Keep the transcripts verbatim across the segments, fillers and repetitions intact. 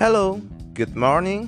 Hello, good morning.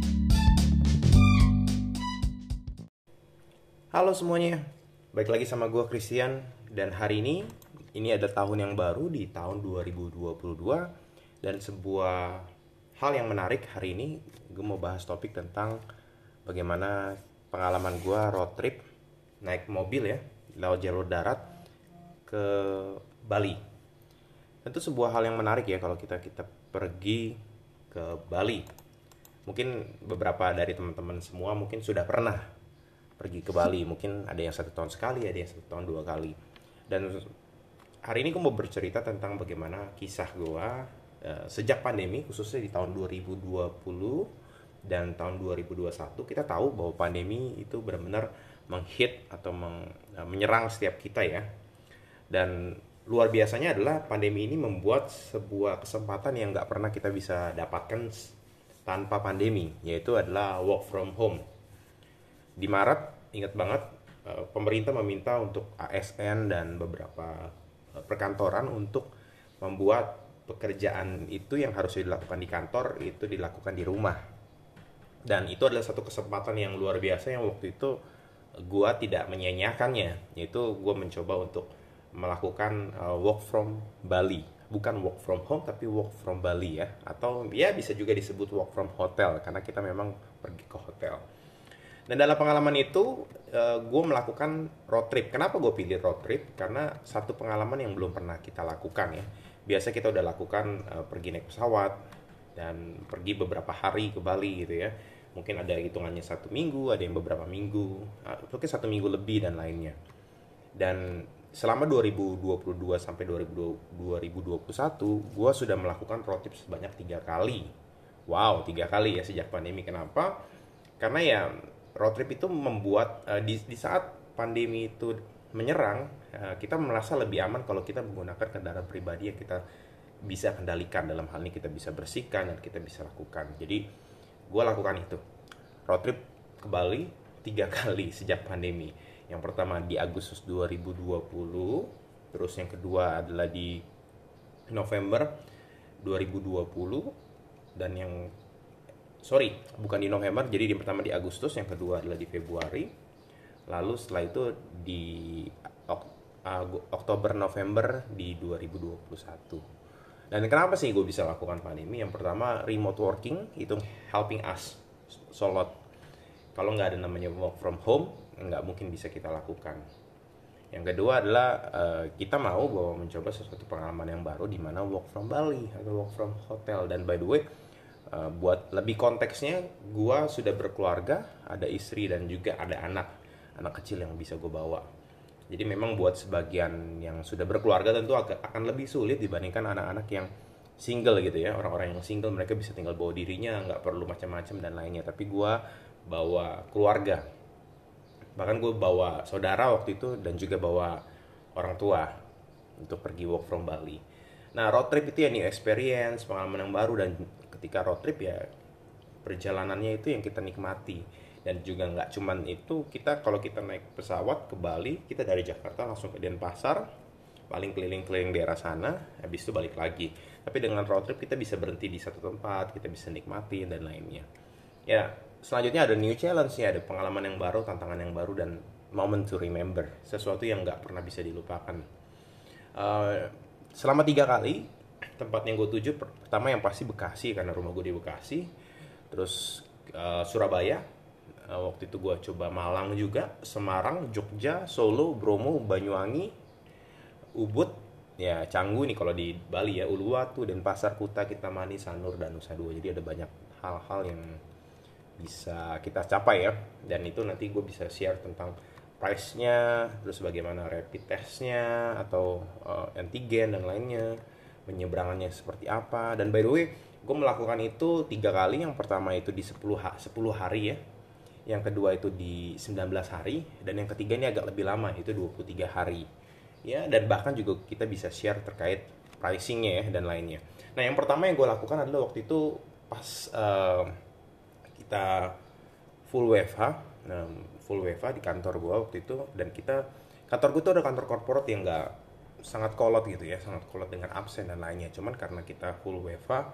Halo semuanya, balik lagi sama gue Christian. Dan hari ini, ini ada tahun yang baru di tahun dua ribu dua puluh dua. Dan sebuah hal yang menarik hari ini, gue mau bahas topik tentang bagaimana pengalaman gue road trip naik mobil ya, lewat jalur darat ke Bali. Tentu sebuah hal yang menarik ya kalau kita kita pergi ke Bali. Mungkin beberapa dari teman-teman semua mungkin sudah pernah pergi ke Bali. Mungkin ada yang satu tahun sekali, ada yang satu tahun dua kali. Dan hari ini gue mau bercerita tentang bagaimana kisah gue uh, sejak pandemi, khususnya di tahun dua ribu dua puluh dan tahun dua ribu dua puluh satu. Kita tahu bahwa pandemi itu benar-benar menghit atau meng, uh, menyerang setiap kita ya. Dan luar biasanya adalah pandemi ini membuat sebuah kesempatan yang nggak pernah kita bisa dapatkan tanpa pandemi, yaitu adalah work from home. Di Maret, ingat banget, pemerintah meminta untuk A S N dan beberapa perkantoran untuk membuat pekerjaan itu yang harus dilakukan di kantor, itu dilakukan di rumah. Dan itu adalah satu kesempatan yang luar biasa yang waktu itu gue tidak menyia-nyiakannya, yaitu gue mencoba untuk melakukan uh, work from Bali, bukan work from home tapi work from Bali ya, atau ya bisa juga disebut work from hotel karena kita memang pergi ke hotel. Dan dalam pengalaman itu uh, gue melakukan road trip. Kenapa gue pilih road trip? Karena satu pengalaman yang belum pernah kita lakukan ya. Biasa kita udah lakukan uh, pergi naik pesawat dan pergi beberapa hari ke Bali gitu ya. Mungkin ada hitungannya satu minggu, ada yang beberapa minggu, uh, mungkin satu minggu lebih dan lainnya. Dan selama dua ribu dua puluh dua sampai dua ribu dua puluh satu, gue sudah melakukan road trip sebanyak tiga kali. Wow, tiga kali ya sejak pandemi. Kenapa? Karena ya road trip itu membuat uh, di, di saat pandemi itu menyerang, uh, kita merasa lebih aman kalau kita menggunakan kendaraan pribadi yang kita bisa kendalikan. Dalam hal ini kita bisa bersihkan dan kita bisa lakukan. Jadi gue lakukan itu, road trip ke Bali tiga kali sejak pandemi. Yang pertama di Agustus dua ribu dua puluh, terus yang kedua adalah di November dua ribu dua puluh, dan yang sorry, bukan di November, jadi yang pertama di Agustus, yang kedua adalah di Februari. Lalu setelah itu di Oktober November di dua ribu dua puluh satu. Dan kenapa sih gue bisa lakukan pandemi? Yang pertama, remote working itu helping us solid. Kalau nggak ada namanya work from home, nggak mungkin bisa kita lakukan. Yang kedua adalah uh, kita mau bahwa mencoba sesuatu pengalaman yang baru di mana work from Bali atau work from hotel. Dan by the way, uh, buat lebih konteksnya, gue sudah berkeluarga, ada istri dan juga ada anak anak kecil yang bisa gue bawa. Jadi memang buat sebagian yang sudah berkeluarga tentu agak, akan lebih sulit dibandingkan anak-anak yang single gitu ya. Orang-orang yang single mereka bisa tinggal bawa dirinya, nggak perlu macam-macam dan lainnya. Tapi gue bawa keluarga, bahkan gue bawa saudara waktu itu dan juga bawa orang tua untuk pergi work from Bali. Nah, road trip itu ya new experience, pengalaman yang baru. Dan ketika road trip ya perjalanannya itu yang kita nikmati. Dan juga nggak cuman itu, kita kalau kita naik pesawat ke Bali, kita dari Jakarta langsung ke Denpasar, paling keliling-keliling daerah sana, habis itu balik lagi. Tapi dengan road trip kita bisa berhenti di satu tempat, kita bisa nikmati dan lainnya. Ya, selanjutnya ada new challenge ya, ada pengalaman yang baru, tantangan yang baru, dan moment to remember, sesuatu yang nggak pernah bisa dilupakan. Uh, selama tiga kali tempat yang gue tuju, pertama yang pasti Bekasi karena rumah gue di Bekasi, terus uh, Surabaya, uh, waktu itu gue coba Malang juga, Semarang, Jogja, Solo, Bromo, Banyuwangi, Ubud, ya Canggu nih kalau di Bali ya, Uluwatu, Denpasar, Kuta, Kintamani, Sanur, dan Nusa Dua. Jadi ada banyak hal-hal yang bisa kita capai ya, dan itu nanti gue bisa share tentang price-nya, terus bagaimana rapid test-nya atau uh, antigen dan lainnya, penyeberangannya seperti apa. Dan by the way, gue melakukan itu tiga kali. Yang pertama itu di sepuluh hari ya, yang kedua itu di sembilan belas hari, dan yang ketiga ini agak lebih lama, itu dua puluh tiga hari ya. Dan bahkan juga kita bisa share terkait pricing-nya ya dan lainnya. Nah, yang pertama yang gue lakukan adalah waktu itu pas uh, kita full W F H, nah, full W F H di kantor gue waktu itu. Dan kita, kantor gue tuh ada kantor corporate yang nggak sangat kolot gitu ya, sangat kolot dengan absen dan lainnya. Cuman karena kita full W F H,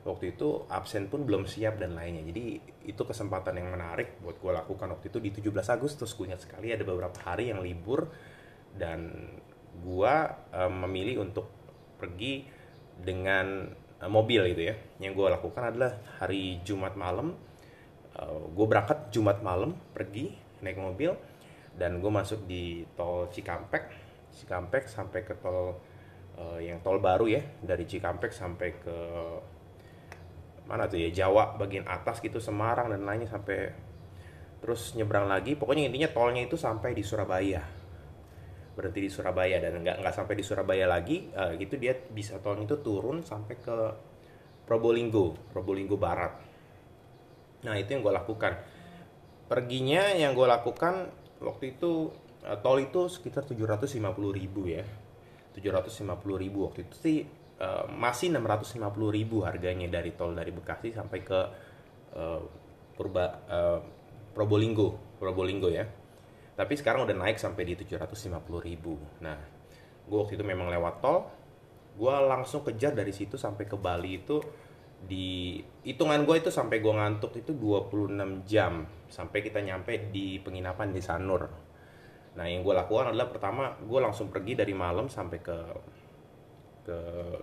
waktu itu absen pun belum siap dan lainnya. Jadi itu kesempatan yang menarik buat gue lakukan waktu itu di tujuh belas Agustus. Gue ingat sekali ada beberapa hari yang libur dan gue uh, memilih untuk pergi dengan uh, mobil gitu ya. Yang gue lakukan adalah hari Jumat malam, uh, gue berangkat Jumat malam pergi naik mobil dan gue masuk di tol Cikampek, Cikampek sampai ke tol uh, yang tol baru ya, dari Cikampek sampai ke mana tuh ya, Jawa bagian atas gitu, Semarang dan lainnya, sampai terus nyebrang lagi. Pokoknya intinya tolnya itu sampai di Surabaya, berhenti di Surabaya dan nggak nggak sampai di Surabaya lagi uh, gitu, dia bisa tolnya itu turun sampai ke Probolinggo, Probolinggo Barat. Nah itu yang gue lakukan. Perginya yang gue lakukan waktu itu uh, tol itu sekitar tujuh ratus lima puluh ribu ya, tujuh ratus lima puluh ribu waktu itu sih. Uh, masih enam ratus lima puluh ribu harganya dari tol dari Bekasi sampai ke uh, Purba uh, Probolinggo Probolinggo ya. Tapi sekarang udah naik sampai di tujuh ratus lima puluh ribu. Nah, gue waktu itu memang lewat tol, gue langsung kejar dari situ sampai ke Bali itu, di hitungan gue itu sampai gue ngantuk itu dua puluh enam jam sampai kita nyampe di penginapan di Sanur. Nah, yang gue lakukan adalah pertama gue langsung pergi dari malam sampai ke ke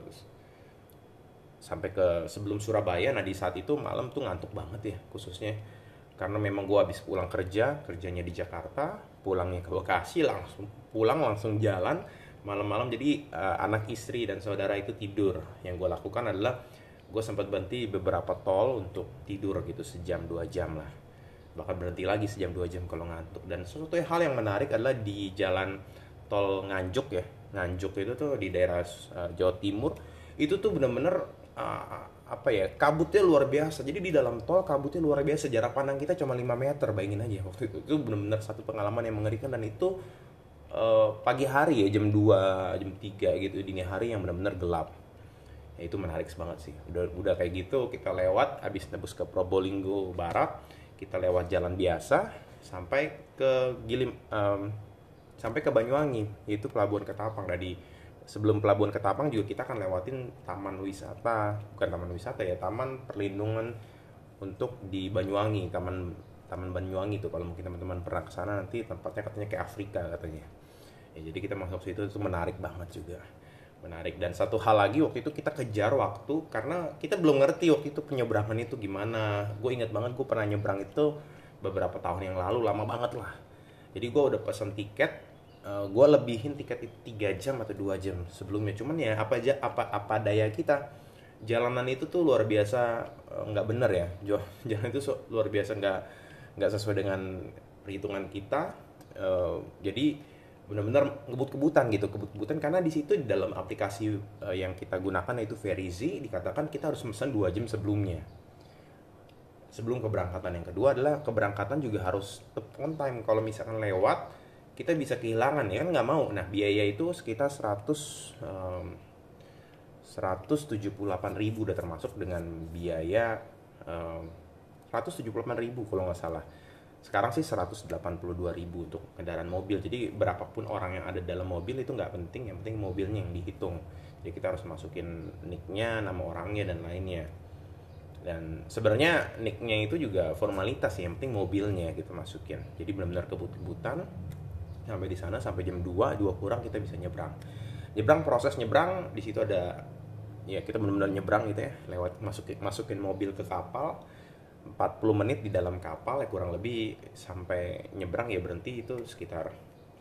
sampai ke sebelum Surabaya. Nah di saat itu malam tuh ngantuk banget ya, khususnya karena memang gue habis pulang kerja kerjanya di Jakarta, pulangnya ke Bekasi, langsung pulang langsung jalan malam-malam. Jadi uh, anak istri dan saudara itu tidur. Yang gue lakukan adalah gue sempat berhenti beberapa tol untuk tidur gitu, sejam dua jam lah, bahkan berhenti lagi sejam dua jam kalau ngantuk. Dan sesuatu hal yang menarik adalah di jalan tol Nganjuk ya, Nganjuk itu tuh di daerah uh, Jawa Timur, itu tuh bener-bener uh, apa ya, kabutnya luar biasa. Jadi di dalam tol kabutnya luar biasa, jarak pandang kita cuma lima meter, bayangin aja waktu itu. Itu bener-bener satu pengalaman yang mengerikan. Dan itu uh, pagi hari ya, jam dua, jam tiga gitu, dini hari yang bener-bener gelap ya. Itu menarik banget sih. Udah, udah kayak gitu kita lewat, habis nebus ke Probolinggo Barat, kita lewat jalan biasa sampai ke Gilim um, sampai ke Banyuwangi, yaitu Pelabuhan Ketapang. Dari sebelum Pelabuhan Ketapang juga kita akan lewatin taman wisata, bukan taman wisata ya, taman perlindungan untuk di Banyuwangi, taman taman Banyuwangi itu. Kalau mungkin teman-teman pernah ke sana, nanti tempatnya katanya kayak Afrika katanya. Ya, jadi kita masuk situ, itu menarik banget juga. Menarik. Dan satu hal lagi, waktu itu kita kejar waktu karena kita belum ngerti waktu itu penyeberangan itu gimana. Gue ingat banget gue pernah nyebrang itu beberapa tahun yang lalu, lama banget lah. Jadi gue udah pesan tiket, Uh, gue lebihin tiket itu tiga jam atau dua jam sebelumnya. Cuman ya apa aja apa apa daya kita, jalanan itu tuh luar biasa nggak uh, bener ya, jalan itu so, luar biasa nggak nggak sesuai dengan perhitungan kita. Uh, jadi benar-benar ngebut-kebutan gitu, kebut-kebutan karena di situ di dalam aplikasi uh, yang kita gunakan yaitu Verizi, dikatakan kita harus pesan dua jam sebelumnya, sebelum keberangkatan. Yang kedua adalah keberangkatan juga harus on time. Kalau misalkan lewat, kita bisa kehilangan ya kan, nggak mau. Nah biaya itu sekitar seratus um, seratus tujuh puluh delapan ribu, udah termasuk dengan biaya um, seratus tujuh puluh delapan ribu kalau nggak salah. Sekarang sih seratus delapan puluh dua ribu untuk kendaraan mobil. Jadi berapapun orang yang ada dalam mobil itu nggak penting, yang penting mobilnya yang dihitung. Jadi kita harus masukin nicknya, nama orangnya dan lainnya. Dan sebenarnya nicknya itu juga formalitas ya, yang penting mobilnya gitu masukin. Jadi benar-benar kebut-kebutan sampai di sana, sampai jam dua, dua kurang kita bisa nyebrang. Nyebrang, proses nyebrang di situ ada ya, kita benar-benar nyebrang gitu ya, lewat masukin masukin mobil ke kapal, empat puluh menit di dalam kapal ya kurang lebih, sampai nyebrang ya berhenti itu sekitar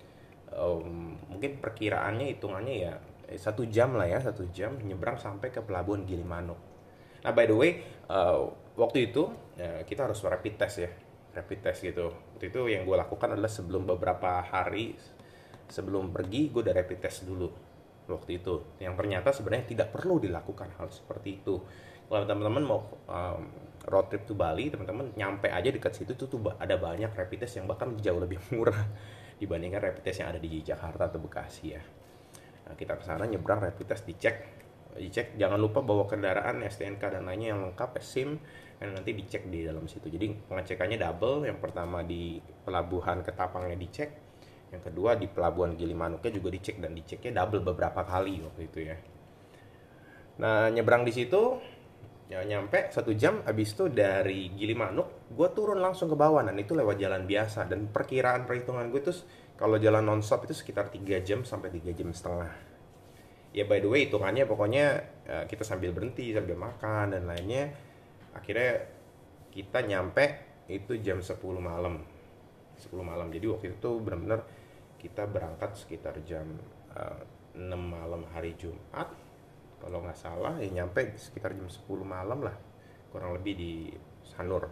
um, mungkin perkiraannya hitungannya ya satu jam lah ya, satu jam nyebrang sampai ke Pelabuhan Gilimanuk. Nah by the way, uh, waktu itu ya, kita harus rapid test ya, rapid test gitu. Waktu itu yang gue lakukan adalah sebelum beberapa hari sebelum pergi, gue udah rapid test dulu waktu itu. Yang ternyata sebenarnya tidak perlu dilakukan hal seperti itu. Kalau teman-teman mau um, road trip to Bali, teman-teman nyampe aja dekat situ tuh, tuh ada banyak rapid test yang bahkan jauh lebih murah dibandingkan rapid test yang ada di Jakarta atau Bekasi ya. Nah, kita ke sana nyebrang, rapid test dicek, dicek jangan lupa bawa kendaraan, S T N K dan lainnya yang lengkap, SIM, dan nanti dicek di dalam situ. Jadi pengecekannya double, yang pertama di Pelabuhan Ketapangnya dicek, yang kedua di Pelabuhan Gilimanuknya juga dicek, dan diceknya double beberapa kali waktu itu ya. Nah nyebrang di situ Ya, nyampe satu jam, abis itu dari Gilimanuk gue turun langsung ke bawah, dan itu lewat jalan biasa. Dan perkiraan perhitungan gue tuh kalau jalan nonstop itu sekitar tiga jam sampai tiga jam setengah. Ya by the way hitungannya pokoknya uh, kita sambil berhenti, sambil makan dan lainnya. Akhirnya kita nyampe itu jam sepuluh malam. sepuluh malam. Jadi waktu itu benar-benar kita berangkat sekitar jam uh, enam malam hari Jumat. Kalau nggak salah ya nyampe sekitar jam sepuluh malam lah. Kurang lebih di Sanur.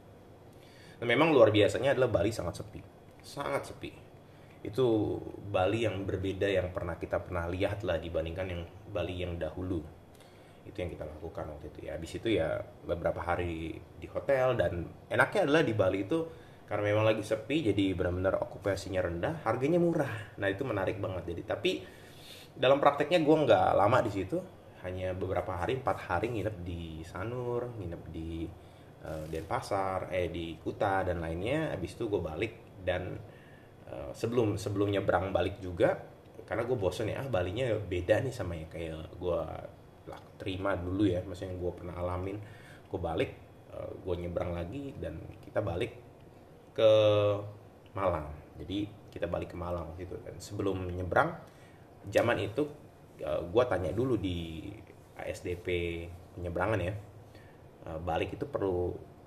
Nah, memang luar biasanya adalah Bali sangat sepi. Sangat sepi. Itu Bali yang berbeda yang pernah kita pernah lihat lah dibandingkan yang Bali yang dahulu. Itu yang kita lakukan waktu itu ya. Habis itu ya beberapa hari di hotel, dan enaknya adalah di Bali itu karena memang lagi sepi, jadi benar-benar okupasinya rendah, harganya murah. Nah itu menarik banget. Jadi tapi dalam prakteknya gue nggak lama di situ, hanya beberapa hari, empat hari nginep di Sanur, nginep di uh, Denpasar, eh di Kuta dan lainnya. Habis itu gue balik, dan uh, sebelum sebelum nyebrang balik juga, karena gue bosen ya, ah Balinya beda nih sama yang kayak gue terima dulu ya, maksudnya gue pernah alamin. Gue balik, uh, gue nyebrang lagi, dan kita balik ke Malang. Jadi kita balik ke Malang gitu. Dan sebelum nyebrang, zaman itu uh, gue tanya dulu di A S D P penyeberangan ya, uh, balik itu perlu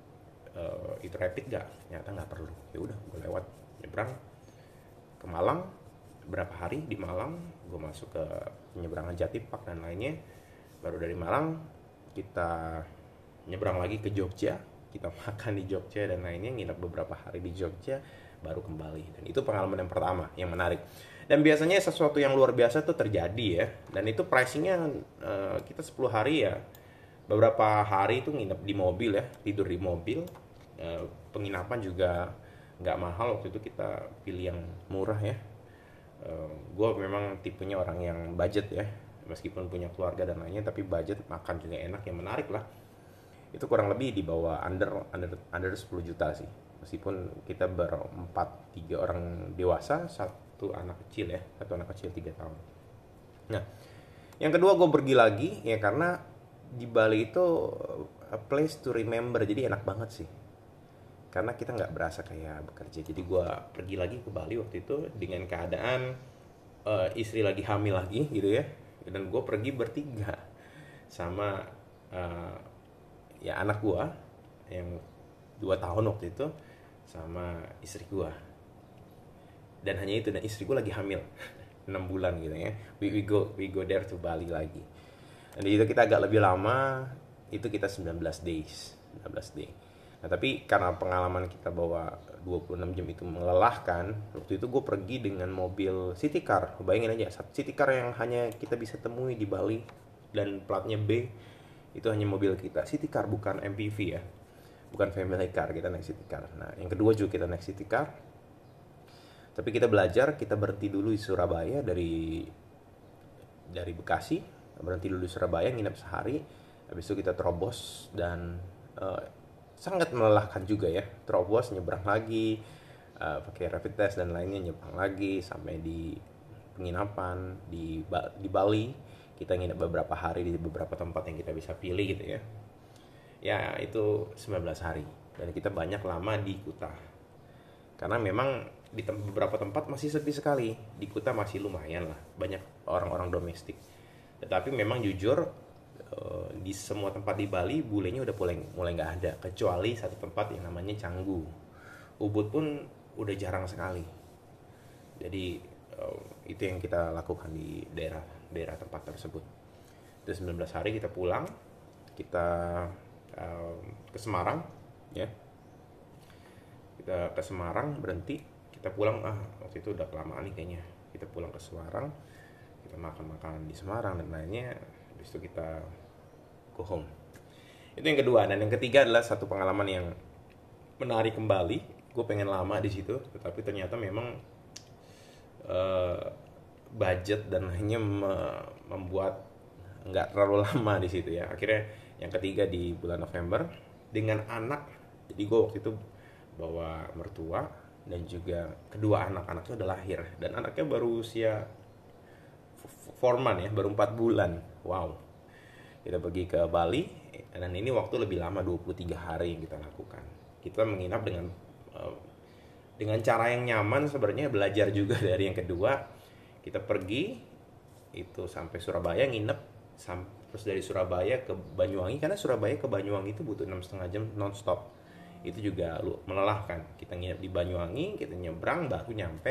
uh, itu rapid gak? Ternyata nggak perlu. Ya udah, gue lewat nyebrang ke Malang. Berapa hari di Malang, gue masuk ke penyeberangan Jatipak dan lainnya. Baru dari Malang kita nyebrang lagi ke Jogja, kita makan di Jogja dan lainnya, nginep beberapa hari di Jogja, baru kembali. Dan itu pengalaman yang pertama yang menarik. Dan biasanya sesuatu yang luar biasa tuh terjadi ya. Dan itu pricingnya uh, kita sepuluh hari ya, beberapa hari itu nginep di mobil ya, tidur di mobil. uh, Penginapan juga nggak mahal, waktu itu kita pilih yang murah ya. uh, Gue memang tipenya orang yang budget ya, meskipun punya keluarga dan lainnya, tapi budget, makan juga enak, yang menarik lah. Itu kurang lebih di bawah under under under sepuluh juta sih, meskipun kita berempat, tiga orang dewasa, satu anak kecil ya, satu anak kecil tiga tahun. Nah, yang kedua gue pergi lagi ya, karena di Bali itu a place to remember, jadi enak banget sih, karena kita nggak berasa kayak bekerja. Jadi gue pergi lagi ke Bali waktu itu dengan keadaan uh, istri lagi hamil lagi gitu ya, dan gue pergi bertiga sama uh, ya anak gue yang dua tahun waktu itu, sama istri gue. Dan hanya itu, dan istri gue lagi hamil enam bulan gitu ya. We, we go we go there to Bali lagi. Dan itu kita agak lebih lama, itu kita sembilan belas days, sembilan belas day. Nah tapi karena pengalaman kita bawa dua puluh enam jam itu melelahkan, waktu itu gue pergi dengan mobil city car. Bayangin aja, city car yang hanya kita bisa temui di Bali dan platnya B, itu hanya mobil kita, city car, bukan M P V ya, bukan family car, kita naik city car. Nah yang kedua juga kita naik city car, tapi kita belajar, kita berhenti dulu di Surabaya, dari dari Bekasi berhenti dulu di Surabaya, nginep sehari. Habis itu kita terobos, dan uh, sangat melelahkan juga ya, terobos, nyebrang lagi, uh, pakai rapid test dan lainnya, nyebrang lagi sampai di penginapan di di Bali. Kita nginep beberapa hari di beberapa tempat yang kita bisa pilih gitu ya. Ya itu sembilan belas hari. Dan kita banyak lama di Kuta, karena memang di tem- beberapa tempat masih sepi sekali. Di Kuta masih lumayan lah, banyak orang-orang domestik. Tetapi memang jujur, uh, di semua tempat di Bali bulenya udah mulai mulai nggak ada, kecuali satu tempat yang namanya Canggu. Ubud pun udah jarang sekali. Jadi uh, itu yang kita lakukan di daerah daerah tempat tersebut. Itu sembilan belas hari kita pulang, kita uh, ke Semarang ya. Kita ke Semarang, berhenti, kita pulang. Ah waktu itu udah kelamaan nih kayaknya, kita pulang ke Semarang, kita makan-makan di Semarang dan lainnya. Habis itu kita go home. Itu yang kedua. Dan yang ketiga adalah satu pengalaman yang menarik kembali. Gue pengen lama di situ, tetapi ternyata memang uh, budget dan lainnya me- membuat nggak terlalu lama di situ ya. Akhirnya yang ketiga di bulan November dengan anak. Jadi gue waktu itu bawa mertua, dan juga kedua anak-anaknya udah lahir, dan anaknya baru usia four month ya, baru empat bulan. Wow. Kita pergi ke Bali, dan ini waktu lebih lama, dua puluh tiga hari yang kita lakukan. Kita menginap dengan uh, dengan cara yang nyaman sebenarnya, belajar juga dari yang kedua. Kita pergi itu sampai Surabaya nginep, terus dari Surabaya ke Banyuwangi, karena Surabaya ke Banyuwangi itu butuh enam setengah jam nonstop. Itu juga melelahkan. Kita nginep di Banyuwangi, kita nyebrang baru nyampe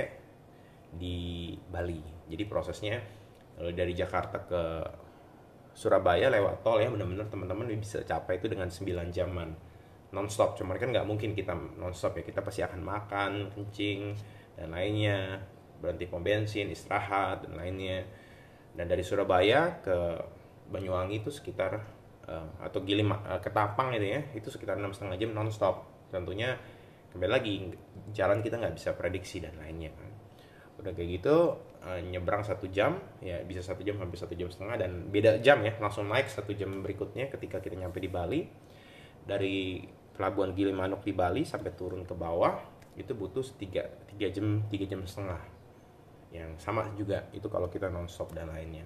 di Bali. Jadi prosesnya dari Jakarta ke Surabaya lewat tol ya, benar-benar teman-teman bisa capai itu dengan sembilan jaman nonstop. Cuman kan nggak mungkin kita nonstop ya, kita pasti akan makan, kencing dan lainnya, berhenti pom bensin, istirahat dan lainnya. Dan dari Surabaya ke Banyuwangi itu sekitar uh, atau Gilim uh, ke Tapang itu ya, itu sekitar enam setengah jam nonstop. Tentunya kembali lagi jalan kita nggak bisa prediksi dan lainnya kan. Udah kayak gitu uh, nyebrang satu jam ya, bisa satu jam sampai satu jam setengah, dan beda jam ya, langsung naik satu jam berikutnya ketika kita nyampe di Bali. Dari pelabuhan Gilimanuk di Bali sampai turun ke bawah itu butuh tiga jam tiga jam setengah, yang sama juga itu kalau kita nonstop dan lainnya.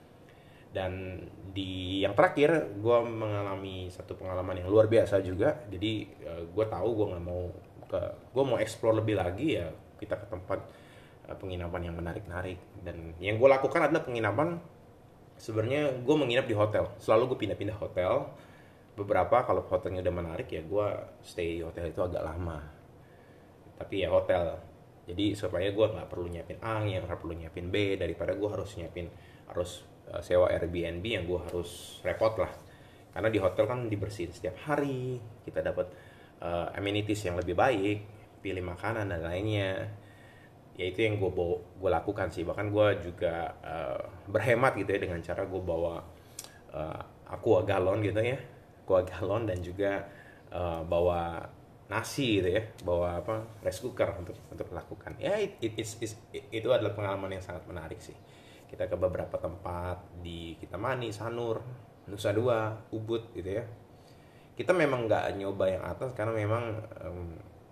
Dan di yang terakhir gue mengalami satu pengalaman yang luar biasa juga. Jadi uh, gue tahu gue nggak mau ke gue mau explore lebih lagi ya, kita ke tempat penginapan yang menarik-narik. Dan yang gue lakukan adalah penginapan, sebenarnya gue menginap di hotel, selalu gue pindah-pindah hotel. Beberapa kalau hotelnya udah menarik ya gue stay di hotel itu agak lama, tapi ya hotel, jadi supaya gue nggak perlu nyiapin A, yang nggak perlu nyiapin B, daripada gue harus nyiapin harus uh, sewa Airbnb yang gue harus repot lah. Karena di hotel kan dibersihin setiap hari, kita dapat uh, amenities yang lebih baik, pilih makanan dan lainnya. Ya itu yang gue bawa, gue lakukan sih. Bahkan gue juga uh, berhemat gitu ya, dengan cara gue bawa uh, aqua galon gitu ya, aqua galon, dan juga uh, bawa nasi gitu ya, bawa apa, rice cooker untuk untuk melakukan. Ya it, it, it, it, it, itu adalah pengalaman yang sangat menarik sih. Kita ke beberapa tempat di Kintamani, Sanur, Nusa Dua, Ubud gitu ya. Kita memang nggak nyoba yang atas karena memang um,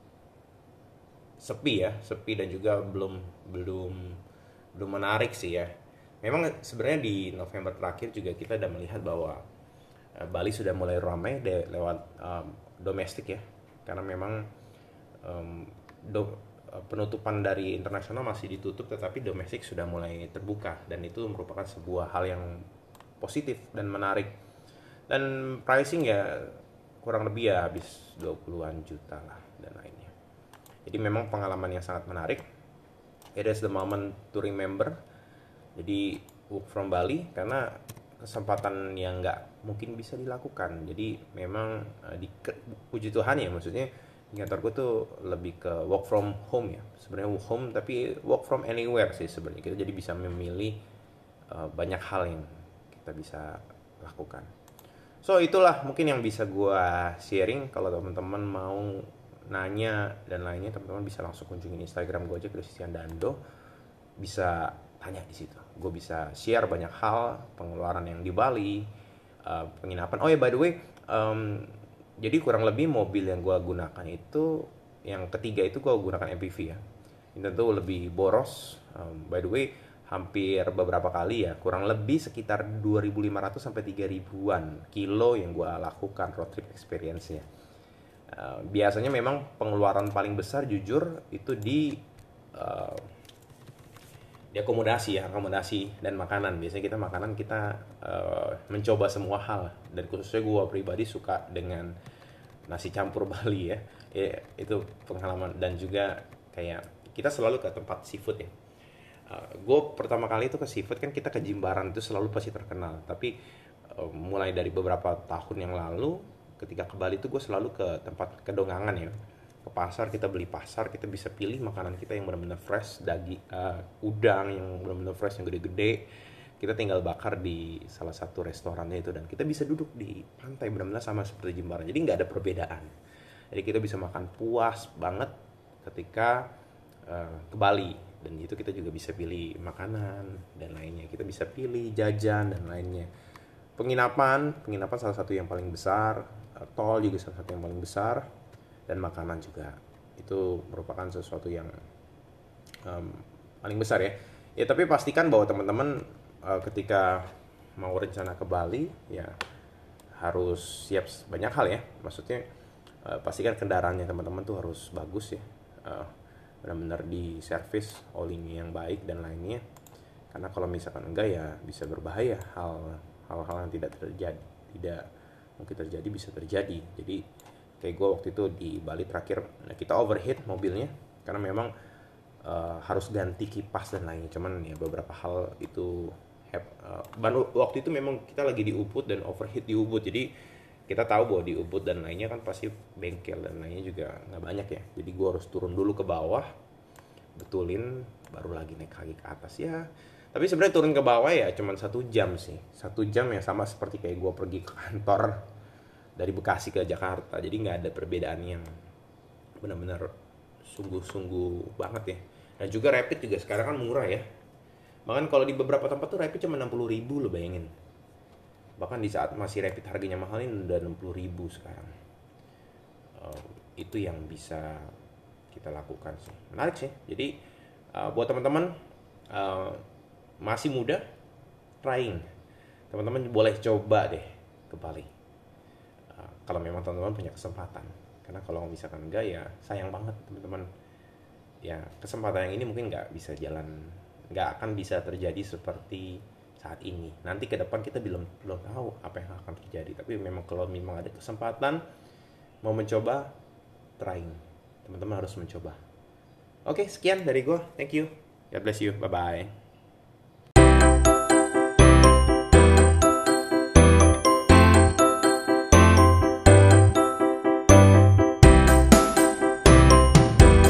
sepi ya, sepi dan juga belum belum belum menarik sih ya. Memang sebenarnya di November terakhir juga kita udah melihat bahwa uh, Bali sudah mulai ramai de- lewat um, domestik ya, karena memang um, do- penutupan dari internasional masih ditutup, tetapi domestik sudah mulai terbuka, dan itu merupakan sebuah hal yang positif dan menarik. Dan pricing ya kurang lebih ya habis dua puluhan juta lah dan lainnya. Jadi memang pengalaman yang sangat menarik. It is the moment to remember. Jadi work from Bali karena kesempatan yang nggak mungkin bisa dilakukan. Jadi memang uh, di puji Tuhan ya, maksudnya di kantorku tuh lebih ke work from home ya. Sebenarnya work home tapi work from anywhere sih sebenarnya. Kita jadi bisa memilih uh, banyak hal yang kita bisa lakukan. So itulah mungkin yang bisa gua sharing. Kalau teman-teman mau nanya dan lainnya, teman-teman bisa langsung kunjungin Instagram gue aja, Christian Dando, bisa tanya di situ. Gue bisa share banyak hal, pengeluaran yang di Bali, uh, penginapan. Oh ya, by the way, um, jadi kurang lebih mobil yang gue gunakan itu, yang ketiga itu gue gunakan M P V ya. Ini tentu lebih boros. Um, by the way, hampir beberapa kali ya, kurang lebih sekitar dua ribu lima ratus sampai tiga ribuan kilo yang gue lakukan road trip experience-nya. Uh, biasanya memang pengeluaran paling besar jujur itu di uh, di akomodasi ya, akomodasi dan makanan. Biasanya kita makanan kita uh, mencoba semua hal, dan khususnya gue pribadi suka dengan nasi campur Bali ya. ya itu pengalaman. Dan juga kayak kita selalu ke tempat seafood ya. Uh, gue pertama kali itu ke seafood kan, kita ke Jimbaran itu selalu pasti terkenal, tapi uh, mulai dari beberapa tahun yang lalu ketika ke Bali itu gue selalu ke tempat kedongangan ya, ke pasar. Kita beli pasar, kita bisa pilih makanan kita yang benar-benar fresh, daging uh, udang yang benar-benar fresh, yang gede-gede. Kita tinggal bakar di salah satu restorannya itu, dan kita bisa duduk di pantai benar-benar sama seperti Jimbaran. Jadi nggak ada perbedaan. Jadi kita bisa makan puas banget ketika uh, ke Bali. Dan itu kita juga bisa pilih makanan dan lainnya. Kita bisa pilih jajan dan lainnya. Penginapan, penginapan salah satu yang paling besar, tol juga salah satu yang paling besar, dan makanan juga itu merupakan sesuatu yang um, paling besar ya. Ya tapi pastikan bahwa teman-teman uh, ketika mau rencana ke Bali ya harus siap banyak hal ya. Maksudnya uh, pastikan kendaraannya teman-teman tuh harus bagus ya, uh, benar-benar di servis, olinya yang baik dan lainnya. Karena kalau misalkan enggak ya bisa berbahaya, hal hal-hal yang tidak terjadi, tidak mungkin terjadi bisa terjadi. Jadi kayak gue waktu itu di Bali terakhir, nah kita overheat mobilnya karena memang uh, harus ganti kipas dan lainnya. Cuman ya beberapa hal itu uh, waktu itu memang kita lagi di Ubud dan overheat di Ubud. Jadi kita tahu bahwa di Ubud dan lainnya kan pasti bengkel dan lainnya juga nggak banyak ya. Jadi gue harus turun dulu ke bawah, betulin, baru lagi naik lagi ke atas ya. Tapi sebenarnya turun ke bawah ya cuman satu jam sih, satu jam yang sama seperti kayak gue pergi ke kantor dari Bekasi ke Jakarta. Jadi nggak ada perbedaan yang benar-benar sungguh-sungguh banget ya. Dan juga rapid juga sekarang kan murah ya. Bahkan kalau di beberapa tempat tuh rapid cuma enam puluh ribu, lo bayangin. Bahkan di saat masih rapid harganya mahal ini udah enam puluh ribu sekarang. Uh, itu yang bisa kita lakukan sih. Menarik sih. Jadi uh, buat teman-teman uh, masih muda, trying, teman-teman boleh coba deh ke Bali uh, kalau memang teman-teman punya kesempatan. Karena kalau misalkan enggak ya sayang banget teman-teman. Ya kesempatan yang ini mungkin nggak bisa jalan, nggak akan bisa terjadi seperti saat ini. Nanti ke depan kita belum belum tahu apa yang akan terjadi. Tapi memang kalau memang ada kesempatan mau mencoba, trying, teman-teman harus mencoba. Oke, sekian dari gue. Thank you. God bless you. Bye bye.